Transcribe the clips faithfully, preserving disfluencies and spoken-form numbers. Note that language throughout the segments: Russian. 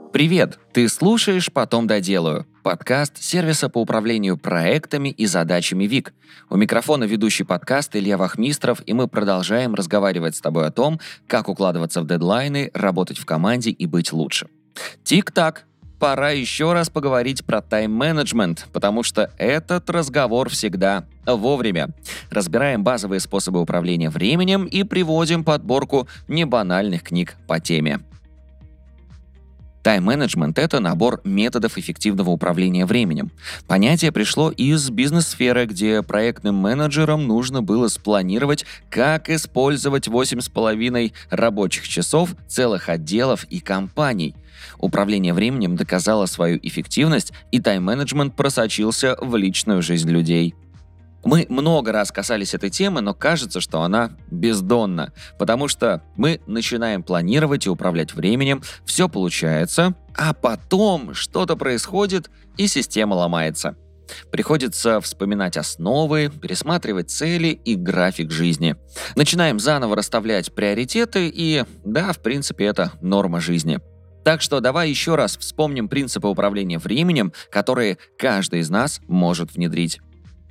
Привет! Ты слушаешь «Потом доделаю» — подкаст сервиса по управлению проектами и задачами ВИК. У микрофона ведущий подкаст Илья Вахмистров, и мы продолжаем разговаривать с тобой о том, как укладываться в дедлайны, работать в команде и быть лучше. Тик-так! Пора еще раз поговорить про тайм-менеджмент, потому что этот разговор всегда вовремя. Разбираем базовые способы управления временем и приводим подборку небанальных книг по теме. Тайм-менеджмент – это набор методов эффективного управления временем. Понятие пришло из бизнес-сферы, где проектным менеджерам нужно было спланировать, как использовать восемь с половиной рабочих часов целых отделов и компаний. Управление временем доказало свою эффективность, и тайм-менеджмент просочился в личную жизнь людей. Мы много раз касались этой темы, но кажется, что она бездонна, потому что мы начинаем планировать и управлять временем, все получается, а потом что-то происходит, и система ломается. Приходится вспоминать основы, пересматривать цели и график жизни. Начинаем заново расставлять приоритеты, и да, в принципе, это норма жизни. Так что давай еще раз вспомним принципы управления временем, которые каждый из нас может внедрить.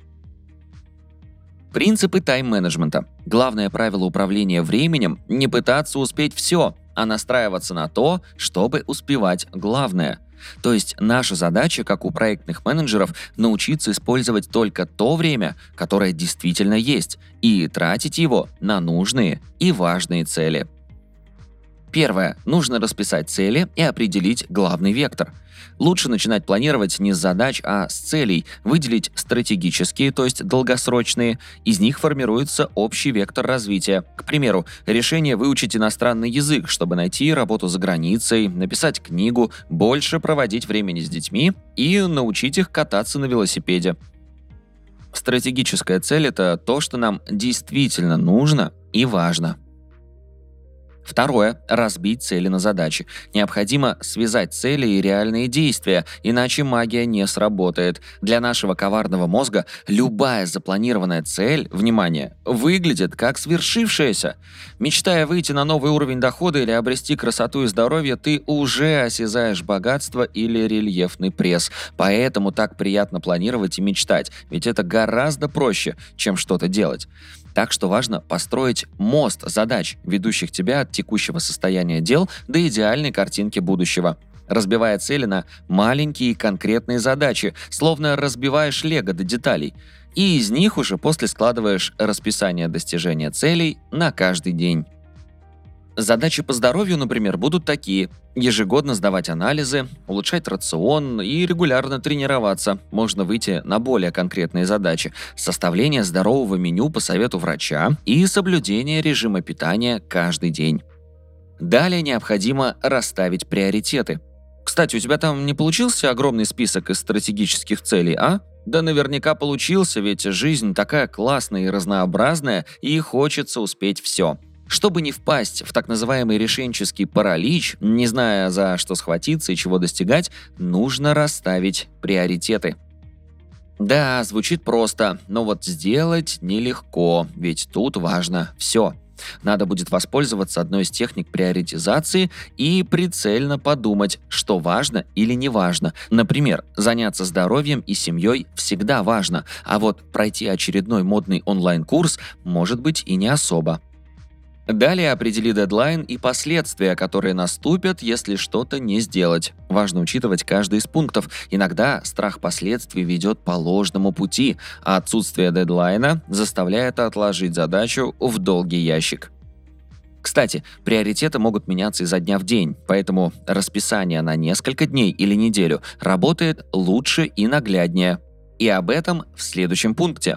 Принципы тайм-менеджмента. Главное правило управления временем – не пытаться успеть все, а настраиваться на то, чтобы успевать главное. То есть наша задача, как у проектных менеджеров, научиться использовать только то время, которое действительно есть, и тратить его на нужные и важные цели. Первое. Нужно расписать цели и определить главный вектор. Лучше начинать планировать не с задач, а с целей, выделить стратегические, то есть долгосрочные. Из них формируется общий вектор развития. К примеру, решение выучить иностранный язык, чтобы найти работу за границей, написать книгу, больше проводить времени с детьми и научить их кататься на велосипеде. Стратегическая цель – это то, что нам действительно нужно и важно. Второе. Разбить цели на задачи. Необходимо связать цели и реальные действия, иначе магия не сработает. Для нашего коварного мозга любая запланированная цель, внимание, выглядит как свершившаяся. Мечтая выйти на новый уровень дохода или обрести красоту и здоровье, ты уже осязаешь богатство или рельефный пресс. Поэтому так приятно планировать и мечтать, ведь это гораздо проще, чем что-то делать. Так что важно построить мост задач, ведущих тебя от текущего состояния дел до идеальной картинки будущего. Разбивая цели на маленькие конкретные задачи, словно разбиваешь лего до деталей, и из них уже после складываешь расписание достижения целей на каждый день. Задачи по здоровью, например, будут такие: ежегодно сдавать анализы, улучшать рацион и регулярно тренироваться. Можно выйти на более конкретные задачи: составление здорового меню по совету врача и соблюдение режима питания каждый день. Далее необходимо расставить приоритеты. Кстати, у тебя там не получился огромный список из стратегических целей, а? Да наверняка получился, ведь жизнь такая классная и разнообразная, и хочется успеть все. Чтобы не впасть в так называемый решенческий паралич, не зная, за что схватиться и чего достигать, нужно расставить приоритеты. Да, звучит просто, но вот сделать нелегко, ведь тут важно все. Надо будет воспользоваться одной из техник приоритизации и прицельно подумать, что важно или не важно. Например, заняться здоровьем и семьей всегда важно, а вот пройти очередной модный онлайн-курс может быть и не особо. Далее определи дедлайн и последствия, которые наступят, если что-то не сделать. Важно учитывать каждый из пунктов. Иногда страх последствий ведет по ложному пути, а отсутствие дедлайна заставляет отложить задачу в долгий ящик. Кстати, приоритеты могут меняться изо дня в день, поэтому расписание на несколько дней или неделю работает лучше и нагляднее. И об этом в следующем пункте.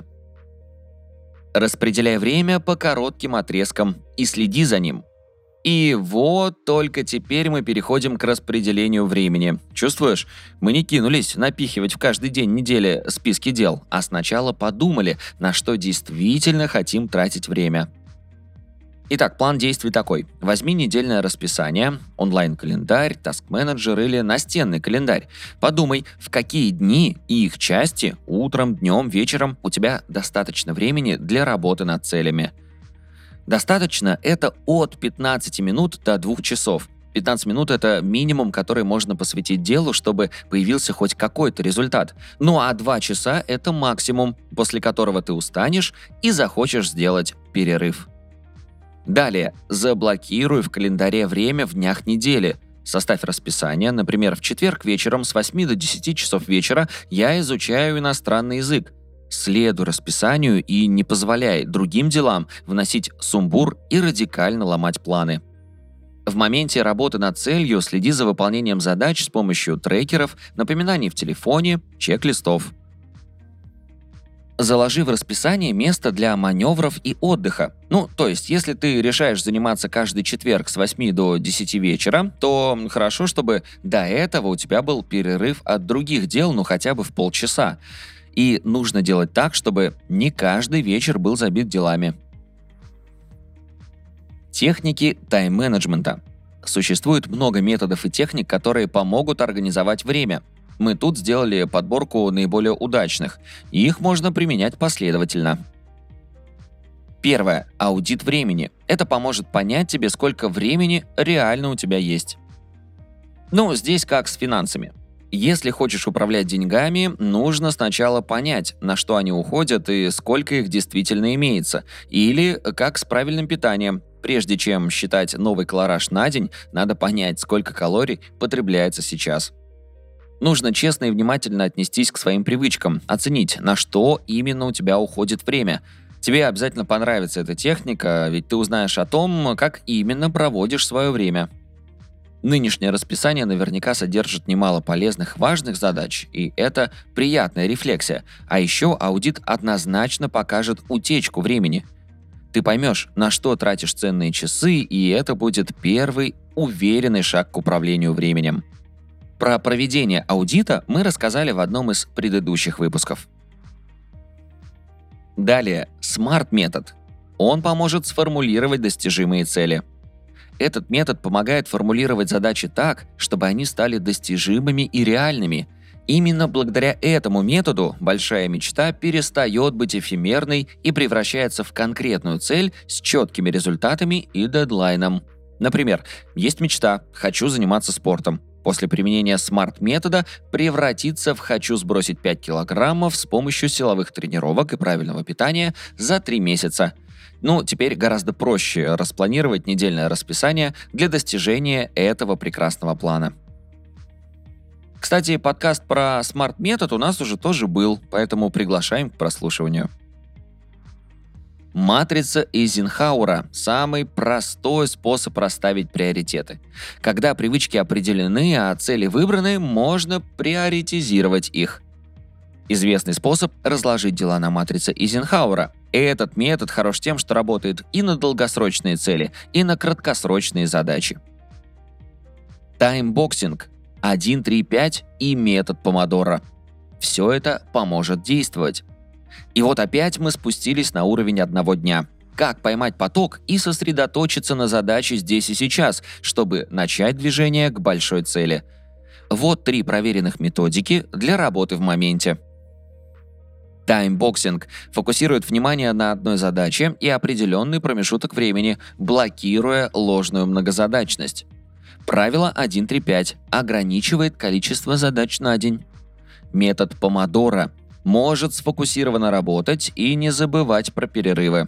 Распределяй время по коротким отрезкам и следи за ним. И вот только теперь мы переходим к распределению времени. Чувствуешь? Мы не кинулись напихивать в каждый день недели списки дел, а сначала подумали, на что действительно хотим тратить время. Итак, план действий такой. Возьми недельное расписание, онлайн-календарь, таск-менеджер или настенный календарь. Подумай, в какие дни и их части, утром, днем, вечером, у тебя достаточно времени для работы над целями. Достаточно – это от пятнадцати минут до двух часов. пятнадцать минут– это минимум, который можно посвятить делу, чтобы появился хоть какой-то результат. Ну а два часа– это максимум, после которого ты устанешь и захочешь сделать перерыв. Далее, заблокируй в календаре время в днях недели. Составь расписание, например, в четверг вечером с восьми до десяти часов вечера я изучаю иностранный язык. Следуй расписанию и не позволяй другим делам вносить сумбур и радикально ломать планы. В моменте работы над целью следи за выполнением задач с помощью трекеров, напоминаний в телефоне, чек-листов. Заложи в расписание место для маневров и отдыха. Ну, то есть, если ты решаешь заниматься каждый четверг с восьми до десяти вечера, то хорошо, чтобы до этого у тебя был перерыв от других дел, ну хотя бы в полчаса. И нужно делать так, чтобы не каждый вечер был забит делами. Техники тайм-менеджмента. Существует много методов и техник, которые помогут организовать время. Мы тут сделали подборку наиболее удачных, и их можно применять последовательно. Первое. Аудит времени. Это поможет понять тебе, сколько времени реально у тебя есть. Ну, здесь как с финансами. Если хочешь управлять деньгами, нужно сначала понять, на что они уходят и сколько их действительно имеется, или как с правильным питанием. Прежде чем считать новый колораж на день, надо понять, сколько калорий потребляется сейчас. Нужно честно и внимательно отнестись к своим привычкам, оценить, на что именно у тебя уходит время. Тебе обязательно понравится эта техника, ведь ты узнаешь о том, как именно проводишь свое время. Нынешнее расписание наверняка содержит немало полезных, важных задач, и это приятная рефлексия. А еще аудит однозначно покажет утечку времени. Ты поймешь, на что тратишь ценные часы, и это будет первый уверенный шаг к управлению временем. Про проведение аудита мы рассказали в одном из предыдущих выпусков. Далее, смарт-метод. Он поможет сформулировать достижимые цели. Этот метод помогает формулировать задачи так, чтобы они стали достижимыми и реальными. Именно благодаря этому методу большая мечта перестает быть эфемерной и превращается в конкретную цель с четкими результатами и дедлайном. Например, есть мечта «хочу заниматься спортом». После применения смарт-метода превратится в «хочу сбросить пять килограммов с помощью силовых тренировок и правильного питания за три месяца». Ну, теперь гораздо проще распланировать недельное расписание для достижения этого прекрасного плана. Кстати, подкаст про смарт-метод у нас уже тоже был, поэтому приглашаем к прослушиванию. Матрица Эйзенхауэра – самый простой способ расставить приоритеты. Когда привычки определены, а цели выбраны, можно приоритизировать их. Известный способ – разложить дела на матрице Эйзенхауэра. Этот метод хорош тем, что работает и на долгосрочные цели, и на краткосрочные задачи. Таймбоксинг, один, три, пять и метод помодоро. Все это поможет действовать. И вот опять мы спустились на уровень одного дня. Как поймать поток и сосредоточиться на задаче здесь и сейчас, чтобы начать движение к большой цели. Вот три проверенных методики для работы в моменте. Таймбоксинг фокусирует внимание на одной задаче и определенный промежуток времени, блокируя ложную многозадачность. Правило один, три, пять ограничивает количество задач на день. Метод помодоро может сфокусированно работать и не забывать про перерывы.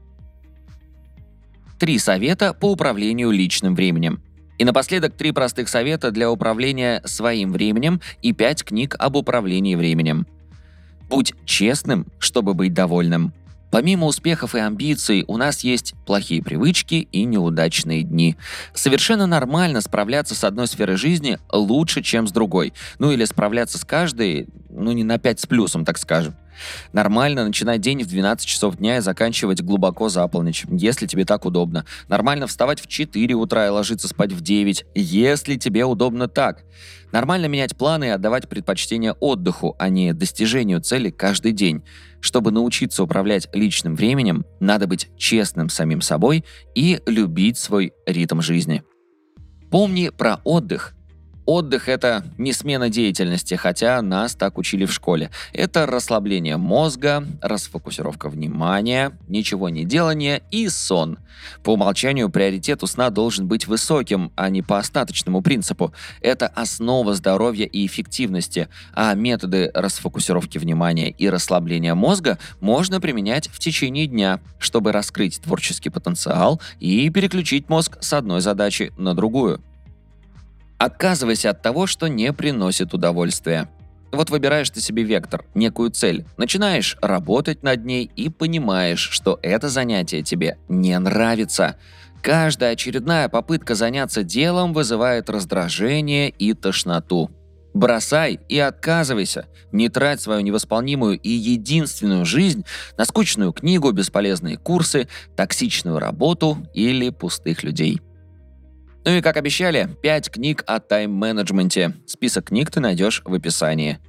Три совета по управлению личным временем. И напоследок три простых совета для управления своим временем и пять книг об управлении временем. Будь честным, чтобы быть довольным. Помимо успехов и амбиций, у нас есть плохие привычки и неудачные дни. Совершенно нормально справляться с одной сферой жизни лучше, чем с другой. Ну или справляться с каждой, ну не на пять с плюсом, так скажем. Нормально начинать день в двенадцать часов дня и заканчивать глубоко за полночь, если тебе так удобно. Нормально вставать в четыре утра и ложиться спать в девять, если тебе удобно так. Нормально менять планы и отдавать предпочтение отдыху, а не достижению цели каждый день. Чтобы научиться управлять личным временем, надо быть честным с самим собой и любить свой ритм жизни. Помни про отдых. Отдых – это не смена деятельности, хотя нас так учили в школе. Это расслабление мозга, расфокусировка внимания, ничего не делание и сон. По умолчанию приоритет у сна должен быть высоким, а не по остаточному принципу. Это основа здоровья и эффективности, а методы расфокусировки внимания и расслабления мозга можно применять в течение дня, чтобы раскрыть творческий потенциал и переключить мозг с одной задачи на другую. Отказывайся от того, что не приносит удовольствия. Вот выбираешь ты себе вектор, некую цель, начинаешь работать над ней и понимаешь, что это занятие тебе не нравится. Каждая очередная попытка заняться делом вызывает раздражение и тошноту. Бросай и отказывайся. Не трать свою невосполнимую и единственную жизнь на скучную книгу, бесполезные курсы, токсичную работу или пустых людей. Ну и как обещали, пять книг о тайм-менеджменте. Список книг ты найдешь в описании.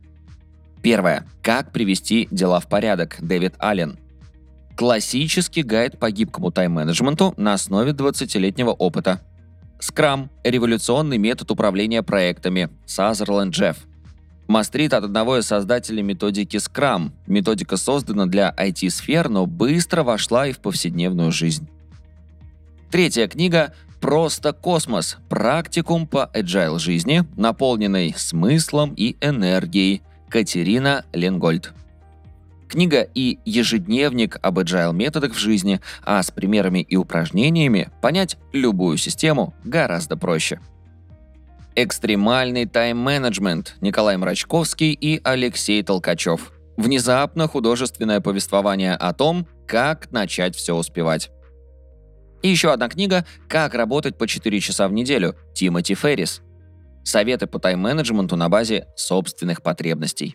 Первое. Как привести дела в порядок. Дэвид Аллен. Классический гайд по гибкому тайм-менеджменту на основе двадцатилетнего опыта. Скрам – революционный метод управления проектами. Сазерленд Джефф. Мастрит от одного из создателей методики Scrum. Методика создана для ай ти-сфер, но быстро вошла и в повседневную жизнь. Третья книга «Просто космос. Практикум по agile жизни, наполненной смыслом и энергией». Катерина Ленгольд. Книга и ежедневник об agile методах в жизни, а с примерами и упражнениями понять любую систему гораздо проще. Экстремальный тайм-менеджмент. Николай Мрачковский и Алексей Толкачев. Внезапно художественное повествование о том, как начать все успевать. И еще одна книга «Как работать по четыре часа в неделю» Тимоти Феррис. Советы по тайм-менеджменту на базе собственных потребностей.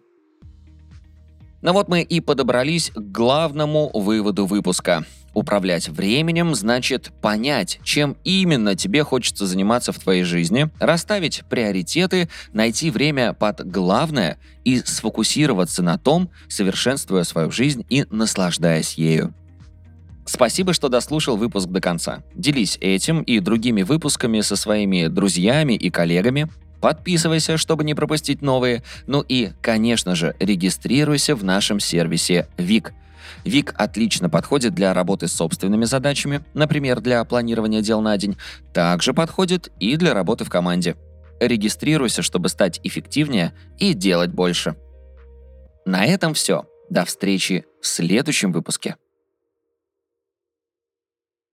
Ну вот мы и подобрались к главному выводу выпуска. Управлять временем значит понять, чем именно тебе хочется заниматься в твоей жизни, расставить приоритеты, найти время под главное и сфокусироваться на том, совершенствуя свою жизнь и наслаждаясь ею. Спасибо, что дослушал выпуск до конца. Делись этим и другими выпусками со своими друзьями и коллегами. Подписывайся, чтобы не пропустить новые. Ну и, конечно же, регистрируйся в нашем сервисе Вик. Вик отлично подходит для работы с собственными задачами, например, для планирования дел на день. Также подходит и для работы в команде. Регистрируйся, чтобы стать эффективнее и делать больше. На этом все. До встречи в следующем выпуске.